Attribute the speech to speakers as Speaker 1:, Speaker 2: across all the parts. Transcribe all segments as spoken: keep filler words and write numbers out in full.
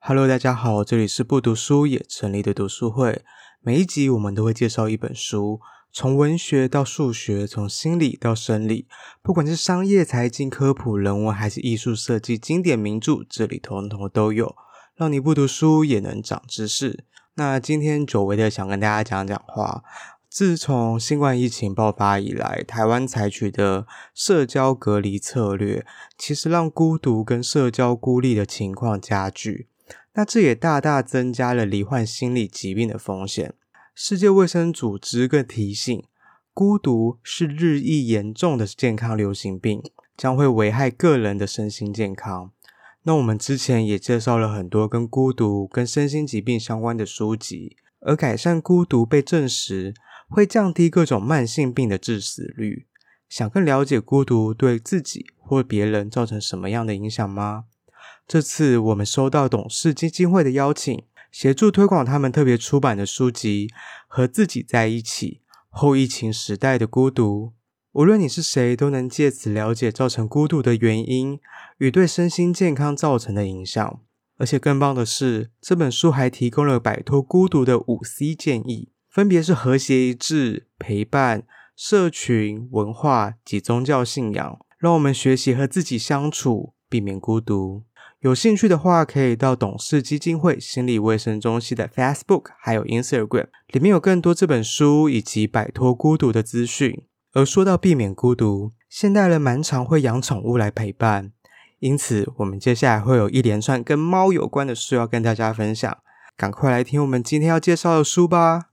Speaker 1: Hello， 大家好，这里是不读书也成立的读书会。每一集我们都会介绍一本书，从文学到数学，从心理到生理，不管是商业、财经、科普、人文还是艺术设计、经典名著，这里统统都有，让你不读书也能长知识。那今天久违的想跟大家讲讲话。自从新冠疫情爆发以来，台湾采取的社交隔离策略，其实让孤独跟社交孤立的情况加剧。那这也大大增加了罹患心理疾病的风险。世界卫生组织更提醒，孤独是日益严重的健康流行病，将会危害个人的身心健康。那我们之前也介绍了很多跟孤独跟身心疾病相关的书籍，而改善孤独被证实会降低各种慢性病的致死率。想更了解孤独对自己或别人造成什么样的影响吗？这次我们收到董事基金会的邀请，协助推广他们特别出版的书籍《和自己在一起：后疫情时代的孤独》。无论你是谁，都能借此了解造成孤独的原因与对身心健康造成的影响。而且更棒的是，这本书还提供了摆脱孤独的五 C 建议，分别是和谐一致、陪伴、社群、文化及宗教信仰，让我们学习和自己相处，避免孤独。有兴趣的话，可以到董事基金会心理卫生中心的 Facebook 还有 Instagram， 里面有更多这本书以及摆脱孤独的资讯。而说到避免孤独，现代人蛮常会养宠物来陪伴，因此我们接下来会有一连串跟猫有关的书要跟大家分享，赶快来听我们今天要介绍的书吧。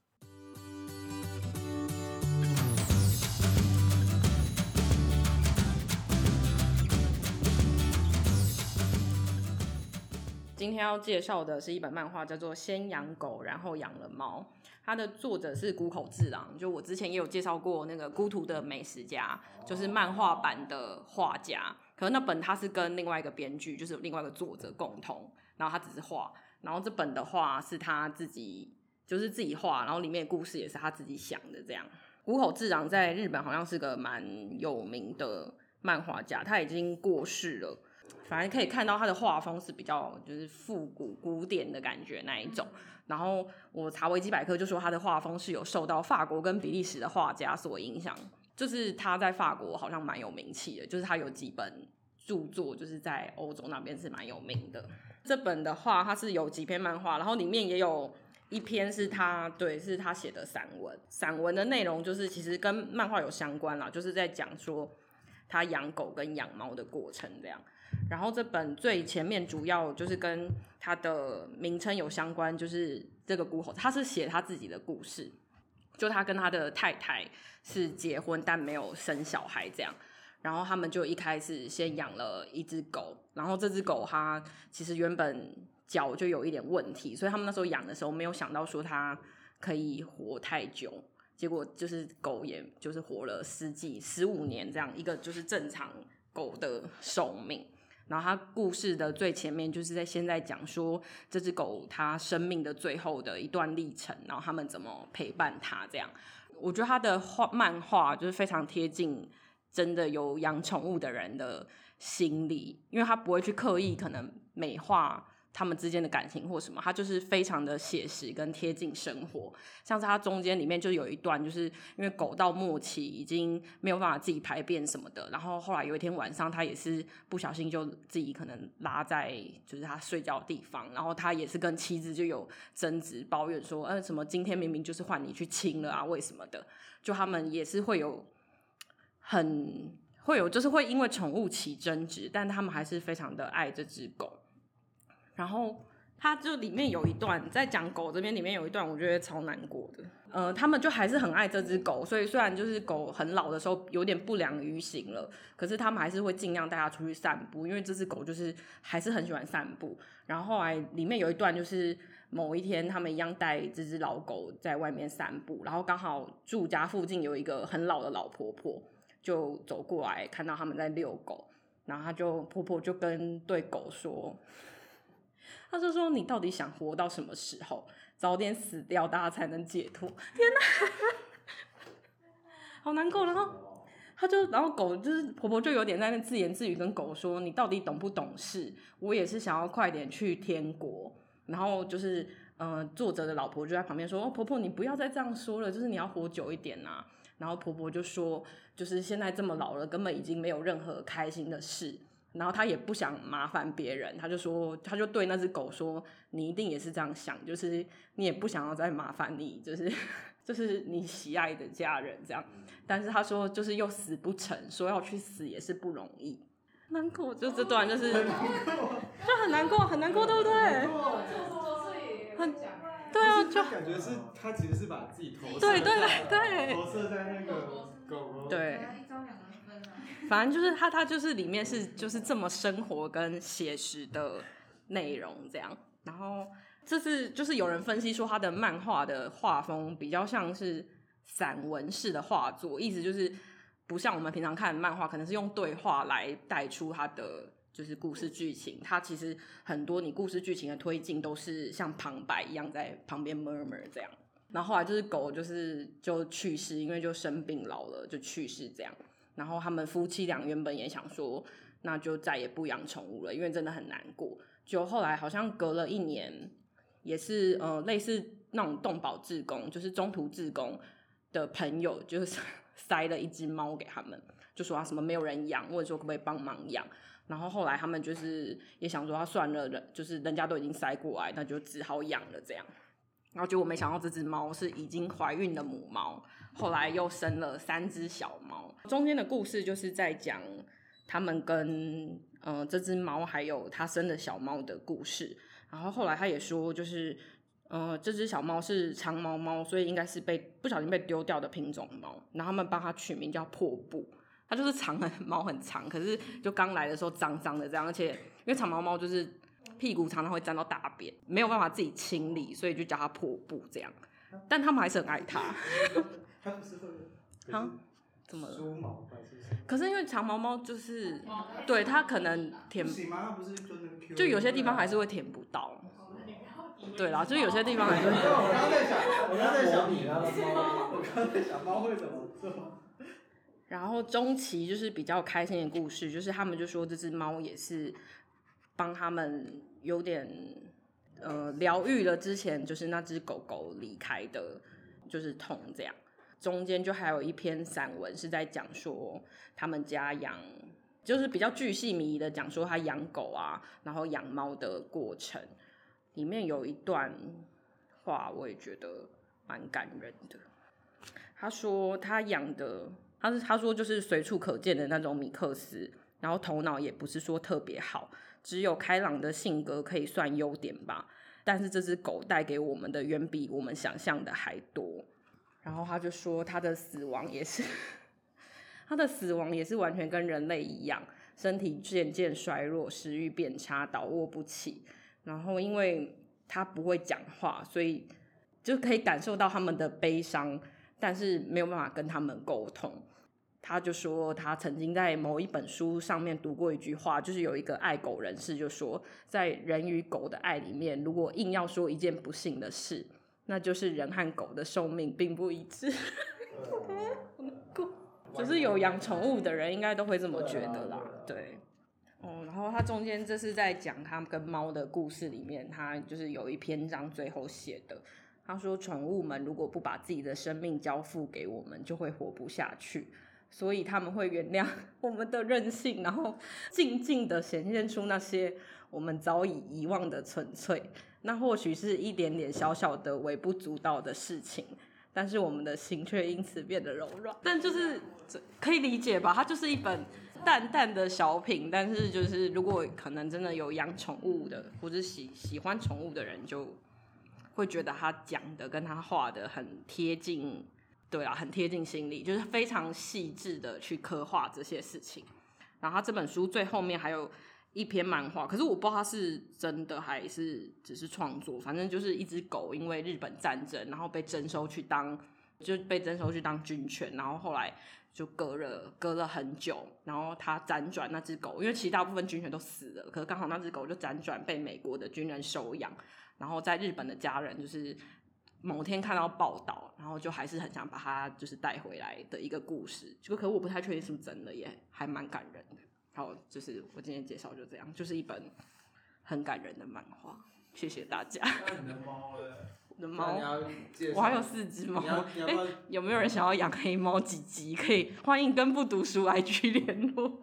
Speaker 2: 今天要介绍的是一本漫画，叫做《先养狗，然后养了猫》。它的作者是谷口治郎，就我之前也有介绍过那个《孤独的美食家》，就是漫画版的画家。可是那本他是跟另外一个编剧，就是另外一个作者共同，然后他只是画。然后这本的话是他自己，就是自己画，然后里面的故事也是他自己想的这样。谷口治郎在日本好像是个蛮有名的漫画家，他已经过世了。反正可以看到他的画风是比较就是复古古典的感觉那一种，然后我查维基百科就说他的画风是有受到法国跟比利时的画家所影响，就是他在法国好像蛮有名气的，就是他有几本著作就是在欧洲那边是蛮有名的。这本的话它是有几篇漫画，然后里面也有一篇是他对是他写的散文，散文的内容就是其实跟漫画有相关啦，就是在讲说他养狗跟养猫的过程这样。然后这本最前面主要就是跟他的名称有相关，就是这个谷口他是写他自己的故事，就他跟他的太太是结婚但没有生小孩这样，然后他们就一开始先养了一只狗，然后这只狗它其实原本脚就有一点问题，所以他们那时候养的时候没有想到说它可以活太久，结果就是狗也就是活了十几十五年这样一个就是正常狗的寿命。然后他故事的最前面就是在现在讲说这只狗它生命的最后的一段历程，然后他们怎么陪伴它这样。我觉得他的画漫画就是非常贴近真的有养宠物的人的心理，因为他不会去刻意可能美化他们之间的感情或什么，他就是非常的写实跟贴近生活。像是他中间里面就有一段，就是因为狗到末期已经没有办法自己排便什么的，然后后来有一天晚上他也是不小心就自己可能拉在就是他睡觉的地方，然后他也是跟妻子就有争执抱怨说呃什么今天明明就是换你去亲了啊为什么的，就他们也是会有很会有就是会因为宠物起争执，但他们还是非常的爱这只狗。然后他就里面有一段在讲狗这边，里面有一段我觉得超难过的。呃，他们就还是很爱这只狗，所以虽然就是狗很老的时候有点不良于行了，可是他们还是会尽量带它出去散步，因为这只狗就是还是很喜欢散步。然后后来里面有一段就是某一天他们一样带这只老狗在外面散步，然后刚好住家附近有一个很老的老婆婆就走过来看到他们在遛狗，然后他就婆婆就跟对狗说，他就说你到底想活到什么时候？早点死掉，大家才能解脱。天哪，好难过。然后他就，然后狗就是婆婆就有点在那自言自语跟狗说：“你到底懂不懂事？我也是想要快点去天国。” 然后就是呃，作者的老婆就在旁边说：“哦，婆婆你不要再这样说了，就是你要活久一点啊。”然后婆婆就说：“就是现在这么老了，根本已经没有任何开心的事。”然后他也不想麻烦别人，他就说，他就对那只狗说：“你一定也是这样想，就是你也不想要再麻烦你，就是就是你喜爱的家人这样。”但是他说，就是又死不成，说要去死也是不容易。难过，就这段就是就很难过，很难过，对不对？很对啊，就
Speaker 1: 感觉是他其实是把自己投射
Speaker 2: 对对对
Speaker 1: 投射在那个狗狗
Speaker 2: 对。反正就是他，他就是里面是就是这么生活跟写实的内容这样。然后这是就是有人分析说他的漫画的画风比较像是散文式的画作，意思就是不像我们平常看的漫画可能是用对话来带出他的就是故事剧情，他其实很多你故事剧情的推进都是像旁白一样在旁边 murmur 这样。然后后来就是狗就是就去世，因为就生病老了就去世这样。然后他们夫妻俩原本也想说那就再也不养宠物了，因为真的很难过。就后来好像隔了一年，也是呃类似那种动保志工，就是中途志工的朋友就是塞了一只猫给他们，就说他什么没有人养，问说可不可以帮忙养。然后后来他们就是也想说他算了，就是人家都已经塞过来，那就只好养了这样。然后结果没想到这只猫是已经怀孕的母猫，后来又生了三只小猫。中间的故事就是在讲他们跟呃这只猫还有他生的小猫的故事。然后后来他也说就是呃这只小猫是长毛猫，所以应该是被不小心被丢掉的品种猫，然后他们帮它取名叫破布。它就是长的毛很长，可是就刚来的时候脏脏的这样，而且因为长毛猫就是屁股常常会沾到大便，没有办法自己清理，所以就叫它破布这样。但他们还是很爱它。
Speaker 1: 它不是会
Speaker 2: 啊？怎么了？
Speaker 1: 梳毛还是什么？
Speaker 2: 可是因为长毛猫就是，对它可能舔，
Speaker 1: 不行吗？它不是就能 Q？
Speaker 2: 就有些地方还是会舔不到。对啦，就是有些地方还是会。
Speaker 1: 我刚刚在想，我刚刚在想你那个猫，我刚刚在想猫会怎么做。
Speaker 2: 然后中期就是比较开心的故事，就是他们就说这只猫也是帮他们有点呃疗愈了之前就是那只狗狗离开的就是痛这样。中间就还有一篇散文是在讲说他们家养，就是比较巨细靡遗的讲说他养狗啊然后养猫的过程。里面有一段话我也觉得蛮感人的，他说他养的他是他说就是随处可见的那种米克斯，然后头脑也不是说特别好，只有开朗的性格可以算优点吧，但是这只狗带给我们的远比我们想象的还多。然后他就说他的死亡也是他的死亡也是完全跟人类一样，身体渐渐衰弱，食欲变差，倒卧不起。然后因为他不会讲话，所以就可以感受到他们的悲伤，但是没有办法跟他们沟通。他就说他曾经在某一本书上面读过一句话，就是有一个爱狗人士就说，在人与狗的爱里面，如果硬要说一件不幸的事，那就是人和狗的寿命并不一致。就是有养宠物的人应该都会这么觉得啦。对哦，然后他中间这是在讲他跟猫的故事里面，他就是有一篇章最后写的，他说宠物们如果不把自己的生命交付给我们，就会活不下去，所以他们会原谅我们的任性，然后静静的显现出那些我们早已遗忘的纯粹。那或许是一点点小小的微不足道的事情，但是我们的心却因此变得柔软。但就是可以理解吧，它就是一本淡淡的小品，但是就是如果可能真的有养宠物的或者喜喜欢宠物的人，就会觉得他讲的跟他画的很贴近，对啊，很贴近心里，就是非常细致的去刻画这些事情。然后他这本书最后面还有一篇漫画，可是我不知道他是真的还是只是创作，反正就是一只狗因为日本战争然后被征收去当就被征收去当军犬，然后后来就隔了隔了很久，然后他辗转那只狗，因为其实大部分军犬都死了，可是刚好那只狗就辗转被美国的军人收养，然后在日本的家人就是某天看到报道，然后就还是很想把它就是带回来的一个故事，就可是我不太确定是不是真的，也还蛮感人的。好，就是我今天介绍就这样，就是一本很感人的漫画。 谢谢大家。
Speaker 3: 那你的猫呢？
Speaker 2: 我的猫，
Speaker 3: 我
Speaker 2: 我还有四只猫。
Speaker 3: 哎、
Speaker 2: 欸，有没有人想要养黑猫几集？可以欢迎跟不读书 I G 联络。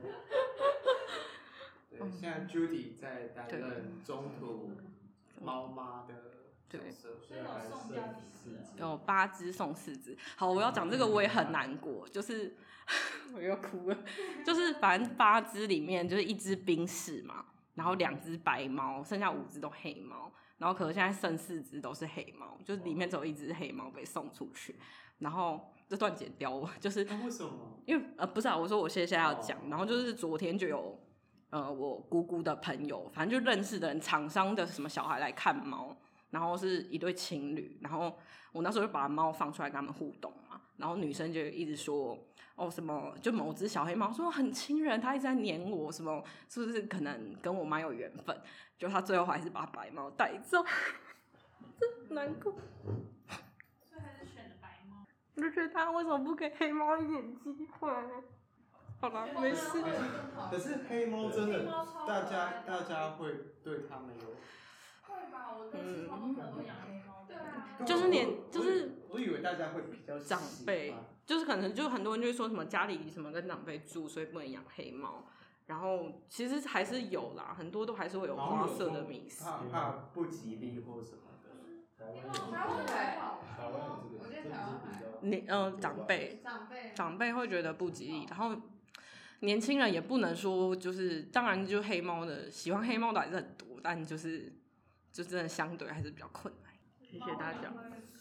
Speaker 3: 对，现在 Judy 在担任中途猫妈的角色，
Speaker 4: 所以有送掉几只？
Speaker 2: 有八只送四只。好，我要讲这个我也很难过，就是我又哭了。就是反正八只里面就是一只冰室嘛，然后两只白猫，剩下五只都黑猫。然后可能现在剩四只都是黑猫，就是里面只有一只黑猫被送出去，然后这段剪掉我就是、
Speaker 3: 啊、为什么？
Speaker 2: 因为呃不是啊，我说我现在要讲，然后就是昨天就有呃我姑姑的朋友，反正就认识的人，厂商的什么小孩来看猫，然后是一对情侣，然后我那时候就把猫放出来跟他们互动嘛，然后女生就一直说哦什么，就某只小黑猫说很亲人，它一直在黏我，什么是不是可能跟我蛮有缘分？就他最后还是把白猫带走，真难过。
Speaker 4: 所以还是选了白猫。
Speaker 2: 我就觉得他为什么不给黑猫一点机会？好啦，没事。
Speaker 3: 可是黑猫真的，大家大家会对他们有。
Speaker 4: 会吧，我认识超多朋友都养黑猫。对啊。
Speaker 2: 就是年，就是
Speaker 3: 我以为大家会比较
Speaker 2: 长辈，就是可能就很多人就会说什么家里什么跟长辈住，所以不能养黑猫。然后其实还是有啦，很多都还是会有花色的迷思，
Speaker 3: 怕怕不吉利或什么的。
Speaker 4: 台湾还好，台湾有这个，我觉得台湾还好。
Speaker 2: 你呃长辈
Speaker 4: 长辈
Speaker 2: 长辈会觉得不吉利，然后年轻人也不能说就是，当然就黑猫的喜欢黑猫的还是很多，但就是就真的相对还是比较困难。谢谢大家。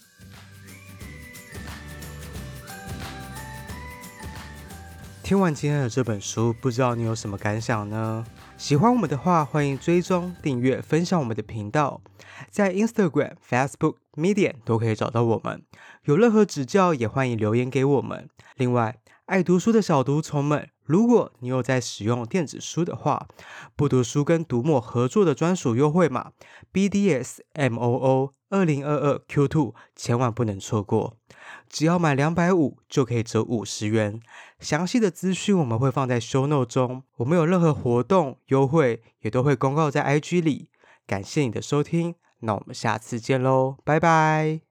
Speaker 1: 听完今天的这本书，不知道你有什么感想呢？喜欢我们的话，欢迎追踪、订阅、分享我们的频道，在 Instagram、Facebook、Medium 都可以找到我们。有任何指教，也欢迎留言给我们。另外，爱读书的小读虫们，如果你有在使用电子书的话，不读书跟读墨合作的专属优惠码 B D S M O O 二零二二 Q 二 千万不能错过，只要买两百五十就可以折五十元。详细的资讯我们会放在 show note 中，我们有任何活动优惠也都会公告在 I G 里。感谢你的收听，那我们下次见咯，拜拜。